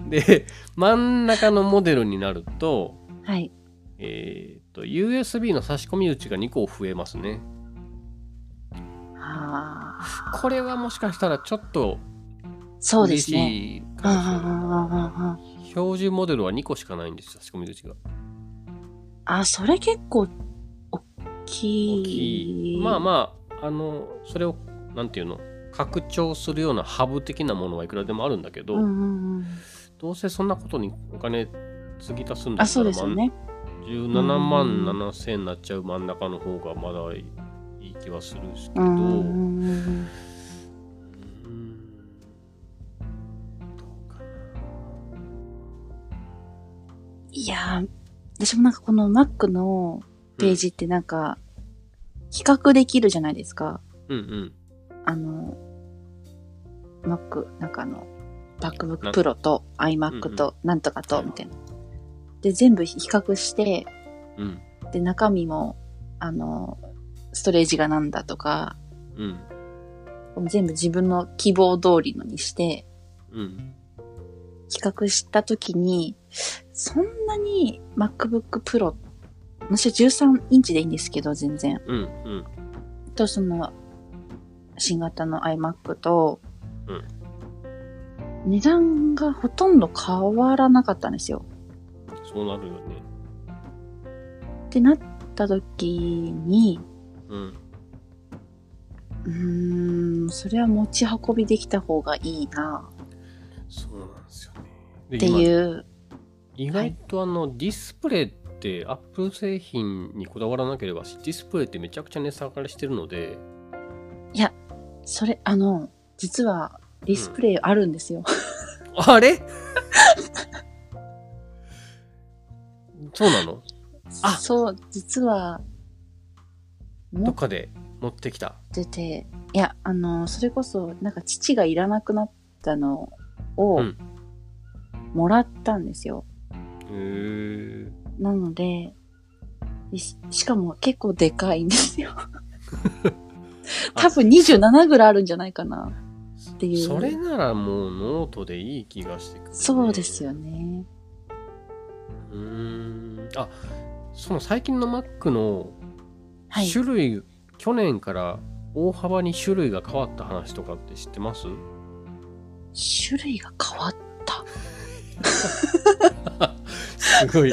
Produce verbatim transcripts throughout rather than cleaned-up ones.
で真ん中のモデルになると、 はい。 えー、と ユーエスビー の差し込み口がにこ増えますね。 はあ。 これはもしかしたらちょっとそうですね。 嬉しいかもしれない。 うんうんうんうんうん標準モデルはにこしかないんですよ、差し込み口が。 あ、それ結構大き大い。 きい。まあまあ、あの、それを、なんていうの、拡張するようなハブ的なものはいくらでもあるんだけど、 うんうんうん、 どうせそんなことにお金継ぎ足すんだあ、 ったら、 そうですよね。 じゅうななまんななせん円になっちゃう真ん中の方がまだいい気はするんですけど、 うんうんうんうんいやー、私もなんかこの Mac のページってなんか、比較できるじゃないですか。 うんうん。 あの、Mac、なんかあの、MacBook Pro と iMac となんとかと、みたいな。で、全部比較して、 うん、 で、中身も、あの、ストレージがなんだとか、 うん、 全部自分の希望通りのにして、 うん、 比較したときに、そんなに MacBook Pro、私はじゅうさんインチでいいんですけど、全然。 うん、うん。 と、その、新型の iMac と、 うん、 値段がほとんど変わらなかったんですよ。 そうなるよね。 ってなったときに、 うん。 うーん、それは持ち運びできた方がいいな。 そうなんですよね。 っていう。 意外とあの、はい、ディスプレイってアップル製品にこだわらなければディスプレイってめちゃくちゃ値下がりしてるので。 いや、それ、あの、実はディスプレイあるんですよ。 うん、あれそうなの？ あ、そう、実は、 どっかで持ってきた。 出て、いや、あの、それこそ、なんか父がいらなくなったのを、もらったんですよ。 うん、へー。 なのでし、しかも結構でかいんですよ。多分にじゅうななぐらいあるんじゃないかなっていう。 それならもうノートでいい気がしてくる、ね。 そうですよね。 うーん。あ、その最近の Mac の種類、はい、去年から大幅に種類が変わった話とかって知ってます？ 種類が変わった。 すごい。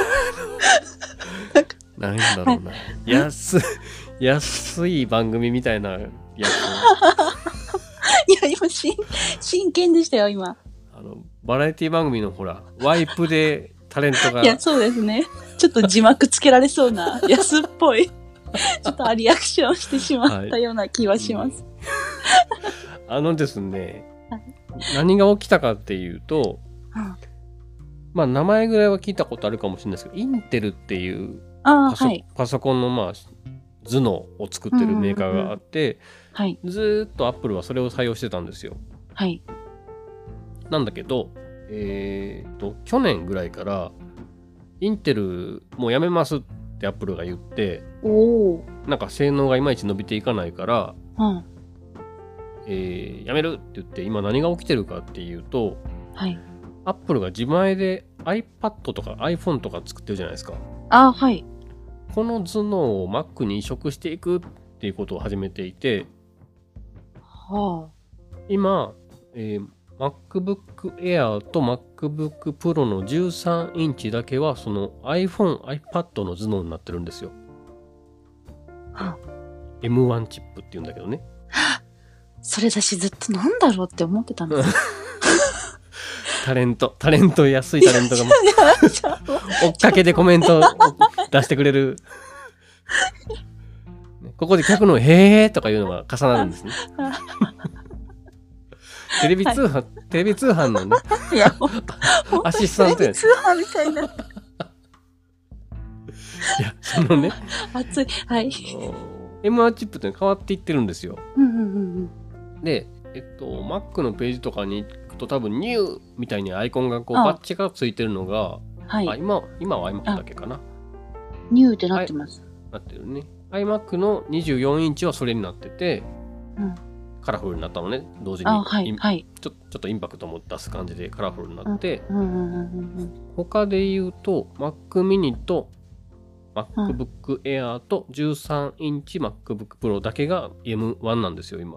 なんだろうな。安い、安い番組みたいなやつ。いや、今し、真剣でしたよ、今。 あの、バラエティ番組のほら、ワイプでタレントが。 いや、そうですね。ちょっと字幕つけられそうな、安っぽい。ちょっとリアクションしてしまったような気はします。 はい、あのですね、はい、何が起きたかっていうと、うんまあ名前ぐらいは聞いたことあるかもしれないですけど、インテルっていうパ ソ,、はい、パソコンのまあ頭脳を作ってるメーカーがあって、 はい、 ずっとアップルはそれを採用してたんですよ。 はい。 なんだけど、えーと、去年ぐらいからインテルもうやめますってアップルが言って、 おなんか性能がいまいち伸びていかないから、 うんえー、やめるって言って今何が起きてるかっていうと、 はい。 アップルが自前で iPad とか iPhone とか作ってるじゃないですか。 あ、はい。 この頭脳を Mac に移植していくっていうことを始めていて、 はあ、 今、えー、MacBook Air と MacBook Pro のじゅうさんインチだけはその iPhone、iPad の頭脳になってるんですよ。 はあ、 エムワン チップって言うんだけどね。 それ私ずっとなんだろうって思ってたんですよ。 タレント、タレント、安いタレントがも追っかけでコメントを出してくれる。ここで客のへーとかいうのが重なるんですね。テレビ通販、はい、テレビ通販のね、いやアシスタントやね。 テレビ通販みたいな。いや、そのね、 熱い、はい。 エムワン チップって変わっていってるんですよ。 うんうんうんうん、 で、えっと、Mac のページとかにと多分ニューみたいにアイコンがこうバッチがついてるのが、はい、あ今今は iMac だけかな。 ニューってなってます。 なってるね。iMac のにじゅうよんインチはそれになってて、 うん、 カラフルになったのね、同時に。 あ、はいはい。 ちょ、ちょっとインパクトも出す感じでカラフルになって、 うんうんうんうんうん、 他で言うと Mac mini と MacBook Air とじゅうさんインチ MacBook Pro だけが エムワン なんですよ今。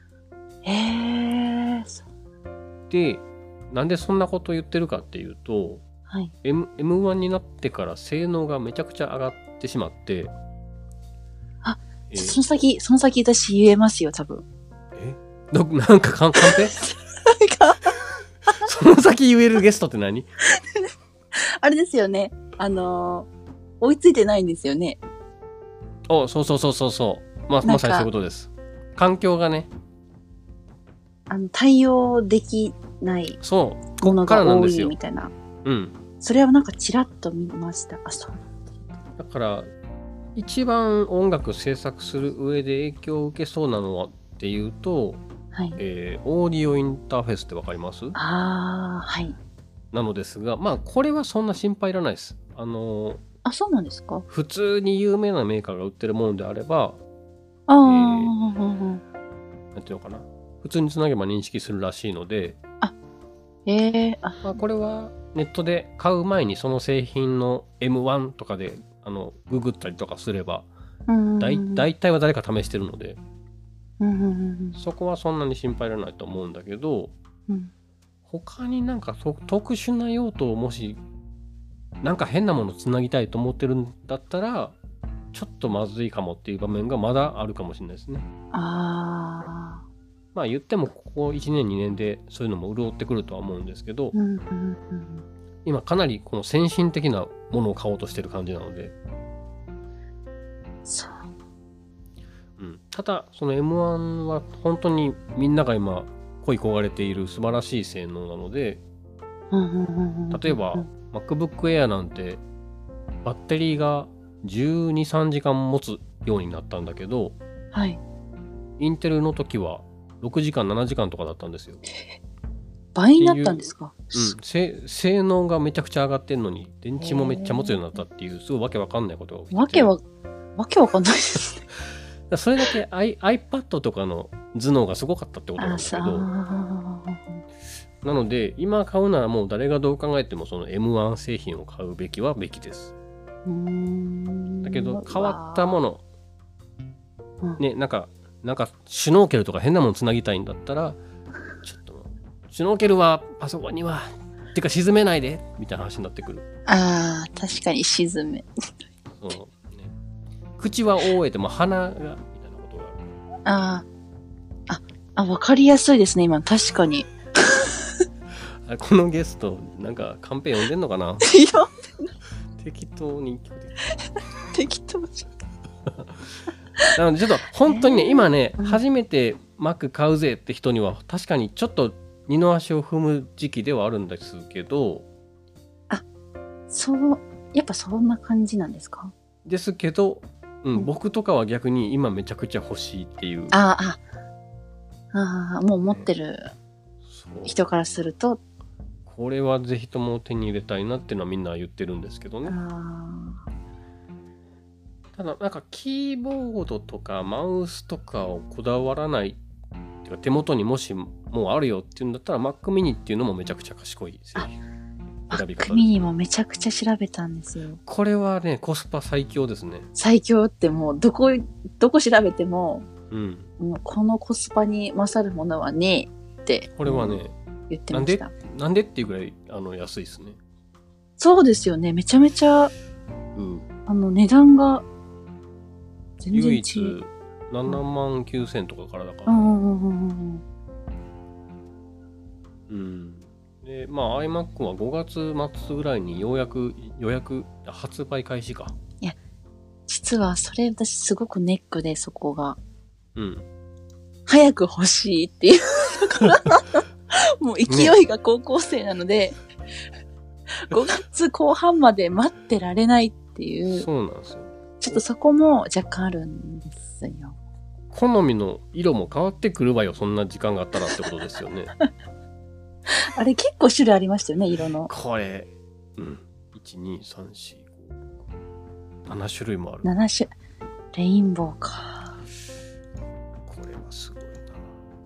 へー。 で、なんでそんなこと言ってるかっていうと、 はい、 M、エムワン になってから性能がめちゃくちゃ上がってしまって、 あ、 えー、 その先、その先私言えますよ、多分。 えどなんかカンカンペその先言えるゲストって何あれですよね。あのー、追いついてないんですよね。 お、そうそうそうそうそう。まあ、まさにそういうことです。環境がね。 あの、対応できないそうものが多いみたいな。 うん。 それはなんかちらっと見ました。あ、そう。 だから、一番音楽制作する上で影響を受けそうなのはっていうと、 はい、 えー、オーディオインターフェースってわかります？ ああ、はい。 なのですが、まあこれはそんな心配いらないです。あのー、 あ、そうなんですか？ 普通に有名なメーカーが売ってるものであれば、 ああ、 えー、なんていうのかな、普通につなげば認識するらしいので、 あ、ええー、あ、 まあ、これはネットで買う前にその製品の エムワン とかであのググったりとかすれば、だい大体は誰か試してるので、そこはそんなに心配いらないと思うんだけど、うん、他になんか特殊な用途をもしなんか変なものつなぎたいと思ってるんだったらちょっとまずいかもっていう場面がまだあるかもしれないですね。ああ、まあ言ってもここいちねんにねんでそういうのも潤ってくるとは思うんですけど、うんうんうん、今かなりこの先進的なものを買おうとしてる感じなので、そう、うん、ただその エムワン は本当にみんなが今恋焦がれている素晴らしい性能なので、例えば MacBook Air なんてバッテリーがじゅうに、さんじかん持つようになったんだけど、はい、インテルの時はろくじかん、ななじかんとかだったんですよ。 倍になったんですか？ うん、性能がめちゃくちゃ上がってんのに電池もめっちゃ持つようになったっていうすごいわけわかんないことが起きてて、 わけわわけわかんないですね。 それだけ iPad とかの頭脳がすごかったってことなんですけど、なので今買うならもう誰がどう考えてもその エムワン 製品を買うべきはべきです。うーん、だけど変わったもの、うん、ね、なんかなんかシュノーケルとか変なものつなぎたいんだったらちょっとシュノーケルはパソコンにはてか沈めないでみたいな話になってくる。 あー、確かに沈めそう、ね、口は覆えても鼻がみたいなことがある。あー、あ、あ、わかりやすいですね今。確かにこのゲストなんかカンペ読んでんのかな？ いや適当に適当じゃなのでちょっと本当にね、えー、今ね、うん、初めて Mac 買うぜって人には確かにちょっと二の足を踏む時期ではあるんですけど、 あ、そうやっぱそんな感じなんですか？ ですけど、うん、うん、僕とかは逆に今めちゃくちゃ欲しいっていう、 あああ、もう持ってる人からすると、 これはぜひとも手に入れたいなっていうのはみんな言ってるんですけどね。ただなんかキーボードとかマウスとかをこだわらないっていうか、手元にもしもうあるよっていうんだったら Mac mini っていうのもめちゃくちゃ賢い製品選び方です。 Mac mini もめちゃくちゃ調べたんですよ。 これはねコスパ最強ですね。 最強ってもうどこどこ調べても、うん、もうこのコスパに勝るものはねえってこれはね、 言ってました。 なんでなんでっていうぐらいあの安いですね。 そうですよね。めちゃめちゃ、うん、あの値段が全然違う。 唯一ななまんきゅうせんとかからだから、ね、うんうんうんうん、うん、でまあ iMac はごがつ末ぐらいにようやく予約発売開始か。 いや実はそれ私すごくネックで、そこが、うん、早く欲しいっていうもう勢いが高校生なので、ね、ごがつこう半まで待ってられないっていう。 そうなんですよ。 ちょっとそこも若干あるんですよ。 好みの色も変わってくるわよ、そんな時間があったらってことですよね。 あれ結構種類ありましたよね、色の。 これ、うん。いち、に、さん、よん、ご、なな種類もある。 なな種。レインボーか。 これはすごいな。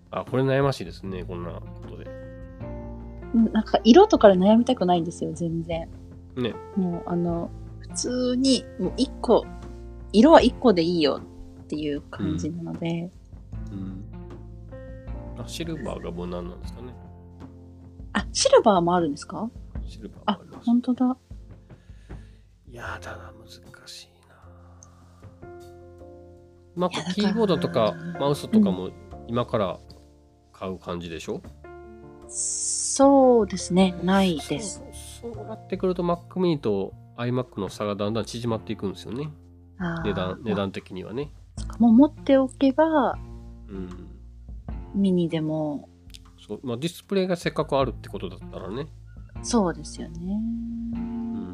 あ、これ悩ましいですね、こんなことで。 なんか色とかで悩みたくないんですよ、全然。 ね。 もうあの、普通に、もう一個、色は一個でいいよっていう感じなので。うん。うん、 あ、シルバーが無難なんですかね。 あ、シルバーもあるんですか？ シルバーもあります。 あ、本当だ。 いやだな、難しいな。まあ、キーボードとかマウスとかも今から買う感じでしょ？ うん、そうですね、ないです。 そう、そうなってくると Mac mini と iMac の差がだんだん縮まっていくんですよね。値段、値段的にはね。 もう持っておけば、うん、ミニでも。 そう、まあディスプレイがせっかくあるってことだったらね。 そうですよね。 うん。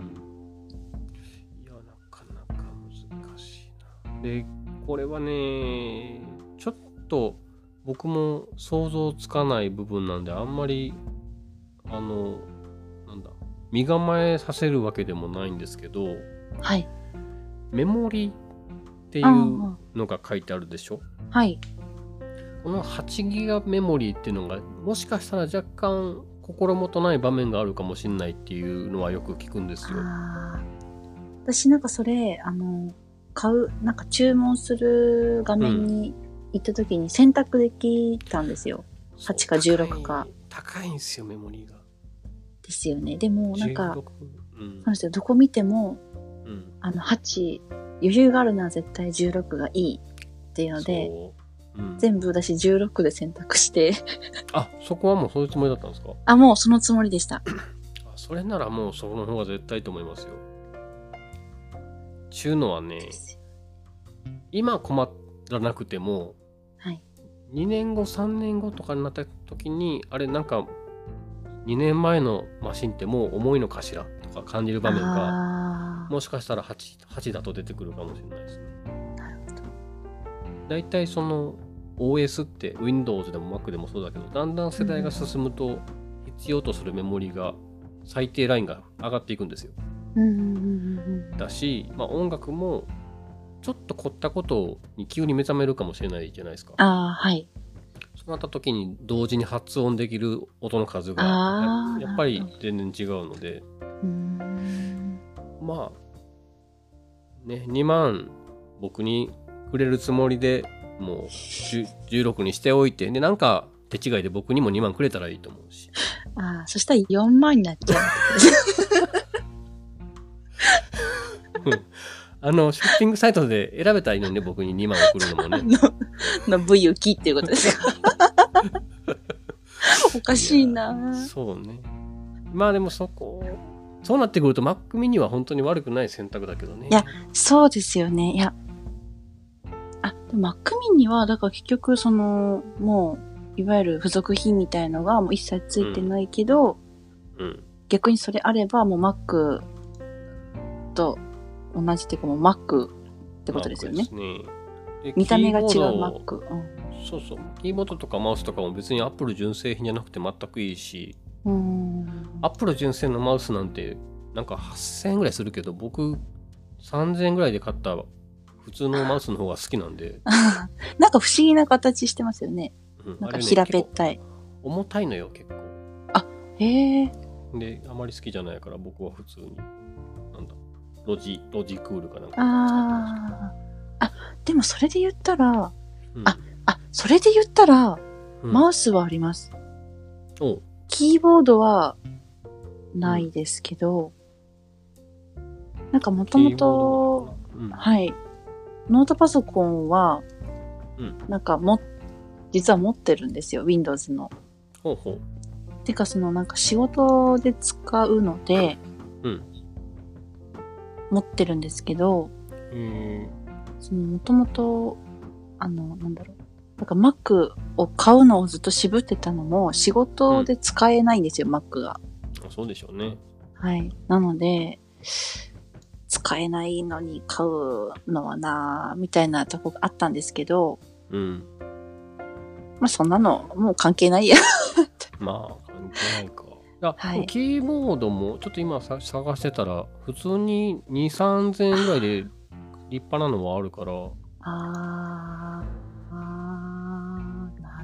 いや、なかなか難しいな。で、これはね、ちょっと僕も想像つかない部分なんで、あんまり、あの、なんだ、身構えさせるわけでもないんですけど、 はい。 メモリっていうのが書いてあるでしょ？ はい。 このはちギガメモリーっていうのが、もしかしたら若干心もとない場面があるかもしれないっていうのはよく聞くんですよ。 あ、私なんかそれ、あの、買う、なんか注文する画面に行った時に選択できたんですよ。うん、はちかじゅうろくか。 高いんですよ、メモリーが。 ですよね。でもなんか、 うん、 そうですよ。どこ見ても、うん、あのはち、余裕があるのは絶対じゅうろくがいいっていうので、うん、全部私じゅうろくで選択してあ、そこはもうそういうつもりだったんですか？ あ、もうそのつもりでした。 あ、それならもうその方が絶対と思いますよ。ちゅうのはね、今困らなくても、はい、にねんごさんねんごとかになった時に、あれなんかにねんまえのマシンってもう重いのかしらとか感じる場面がもしかしたら 8, 8だと出てくるかもしれないですね。なるほど。だいたいその オーエス って Windows でも Mac でもそうだけど、だんだん世代が進むと必要とするメモリが最低ラインが上がっていくんですよ。だし、まあ、音楽もちょっと凝ったことに急に目覚めるかもしれないじゃないですか。 あ、はい。 そうなった時に同時に発音できる音の数がやっぱり全然違うので、うーん、まあね、にまん僕にくれるつもりでもうじゅうろくにしておいて、でなんか手違いで僕にもにまんくれたらいいと思うし。 ああ、そしたらよんまんになっちゃう。 あのショッピングサイトで選べたらいいのにね、僕ににまん送るのもね。 の V を切っていうことですか？おかしいな。 そうね。まあでもそこ、そうなってくると Mac mini は本当に悪くない選択だけどね。 いや、そうですよね。いや、あ、でも Mac mini はだから結局そのもういわゆる付属品みたいのがもう一切ついてないけど、うんうん、逆にそれあればもう Mac と同じっていうかもう Mac ってことですよね。ね、見た目が違う Mac、うん。 そうそう。キーボードとかマウスとかも別に Apple 純正品じゃなくて全くいいし、うん、Apple 純正のマウスなんてなんかはっせんえんぐらいするけど、僕さんぜんえんぐらいで買った普通のマウスの方が好きなんで。 なんか不思議な形してますよね。うん、なんか平べったい、ね。 重たいのよ、結構。 あ、へえ。 で、あまり好きじゃないから僕は普通に。なんだ。ロジ、ロジクールかなんか使ってました。 ああ。あ、でもそれで言ったら、うん、あ、あ、それで言ったら、うん、マウスはあります。お、キーボードはないですけど、うん、なんかもともと、はい。ノートパソコンは、うん、なんかも、実は持ってるんですよ、Windows の。ほうほう。てかそのなんか仕事で使うので、うん、持ってるんですけど、そのもともと、あの、なんだろう。なんか Mac を買うのをずっと渋ってたのも仕事で使えないんですよ、うん、Mac が。 そうでしょうね。 はい。なので、使えないのに買うのはなぁ、みたいなとこがあったんですけど、うん。まあそんなのもう関係ないや。 まあ関係ないか。あ、はい、キーボードもちょっと今さ探してたら普通にに、さんぜんえんぐらいで立派なのはあるから。あー、あー、な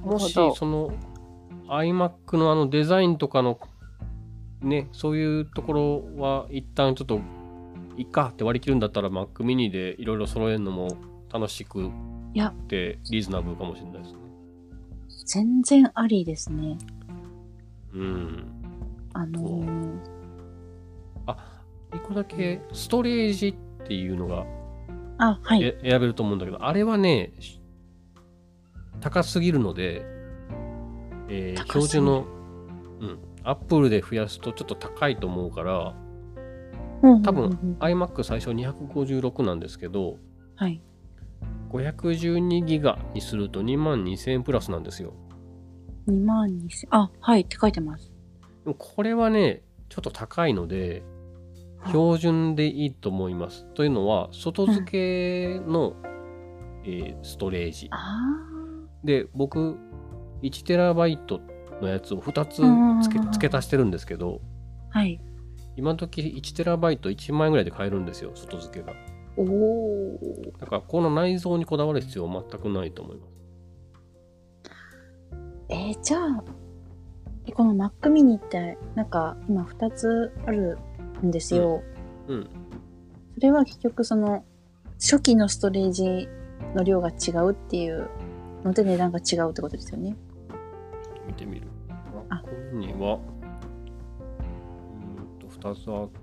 もしその iMac のあのデザインとかのね、そういうところは一旦ちょっといっかって割り切るんだったら Mac mini でいろいろ揃えるのも楽しくてリーズナブルかもしれないですね。 全然ありですね。 うん。 あのー、 あ、一個だけストレージっていうのがあ、はい、 選べると思うんだけど、あれはね高すぎるので、えー、標準の、うん、Apple で増やすとちょっと高いと思うから、多分 iMac 最初にひゃくごじゅうろくなんですけど、 はい、 ごひゃくじゅうにギガにするとにまんにせんえんプラスなんですよ。 にまんにせん、あ、はいって書いてます。 でもこれはねちょっと高いので標準でいいと思います。というのは外付けの、うんえー、ストレージで、僕いちテラバイトのやつをふたつ付け、付け足してるんですけど、 はい、 今時いちテラバイトいちまんえんぐらいで買えるんですよ、外付けが。 おお。 だからこの内蔵にこだわる必要は全くないと思います。 えー、じゃあこの Mac mini ってなんか今ふたつあるんですよ。 うん。うん、 それは結局その初期のストレージの量が違うっていうので値段が違うってことですよね。 見てみる。あ、ここにはうんとふたつあって、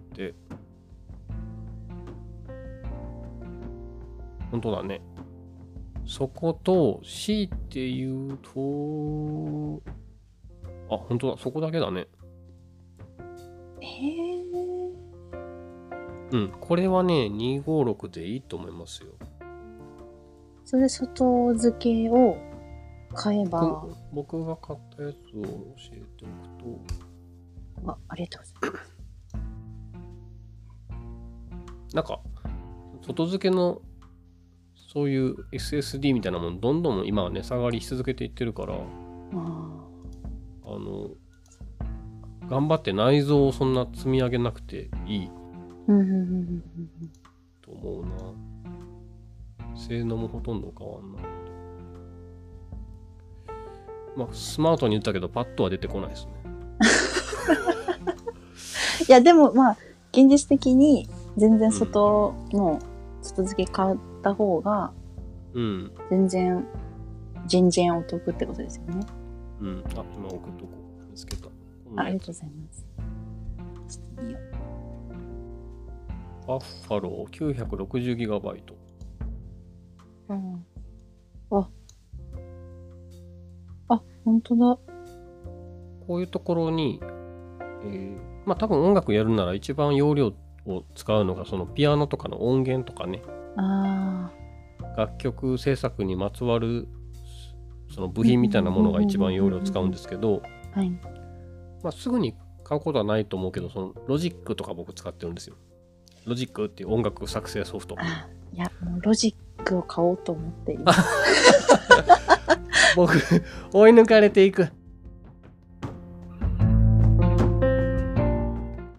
本当だね。そこと強いて言うと、あ、本当だ、そこだけだね。 へえ。 うん、これはねにひゃくごじゅうろくでいいと思いますよ。 それで外付けを買えば、 僕、僕が買ったやつを教えておくと、 あ、ありがとうございます。 なんか外付けのそういう エスエスディー みたいなものどんどん今は値下がりし続けていってるから、あの頑張って内蔵をそんな積み上げなくていいと思うな。性能もほとんど変わんない。まあスマートに言ったけどパッとは出てこないですね。 いやでもまあ現実的に全然外の外付け買った方が全然全然お得ってことですよね。 うん。あ、今送っとこう。見つけた。 あ、ありがとうございます。ちょっと見よう。バッファロー きゅうひゃくろくじゅうギガバイト。 うん。あ。あ、本当だ。 こういうところに、えー、まあ多分音楽やるなら一番容量を使うのがそのピアノとかの音源とかね。 ああ。楽曲制作にまつわるその部品みたいなものが一番容量使うんですけど、 はい。 まあすぐに買うことはないと思うけど、そのロジックとか僕使ってるんですよ。ロジックっていう音楽作成ソフト。 あ、いや、もうロジックを買おうと思っています。 僕、追い抜かれていく。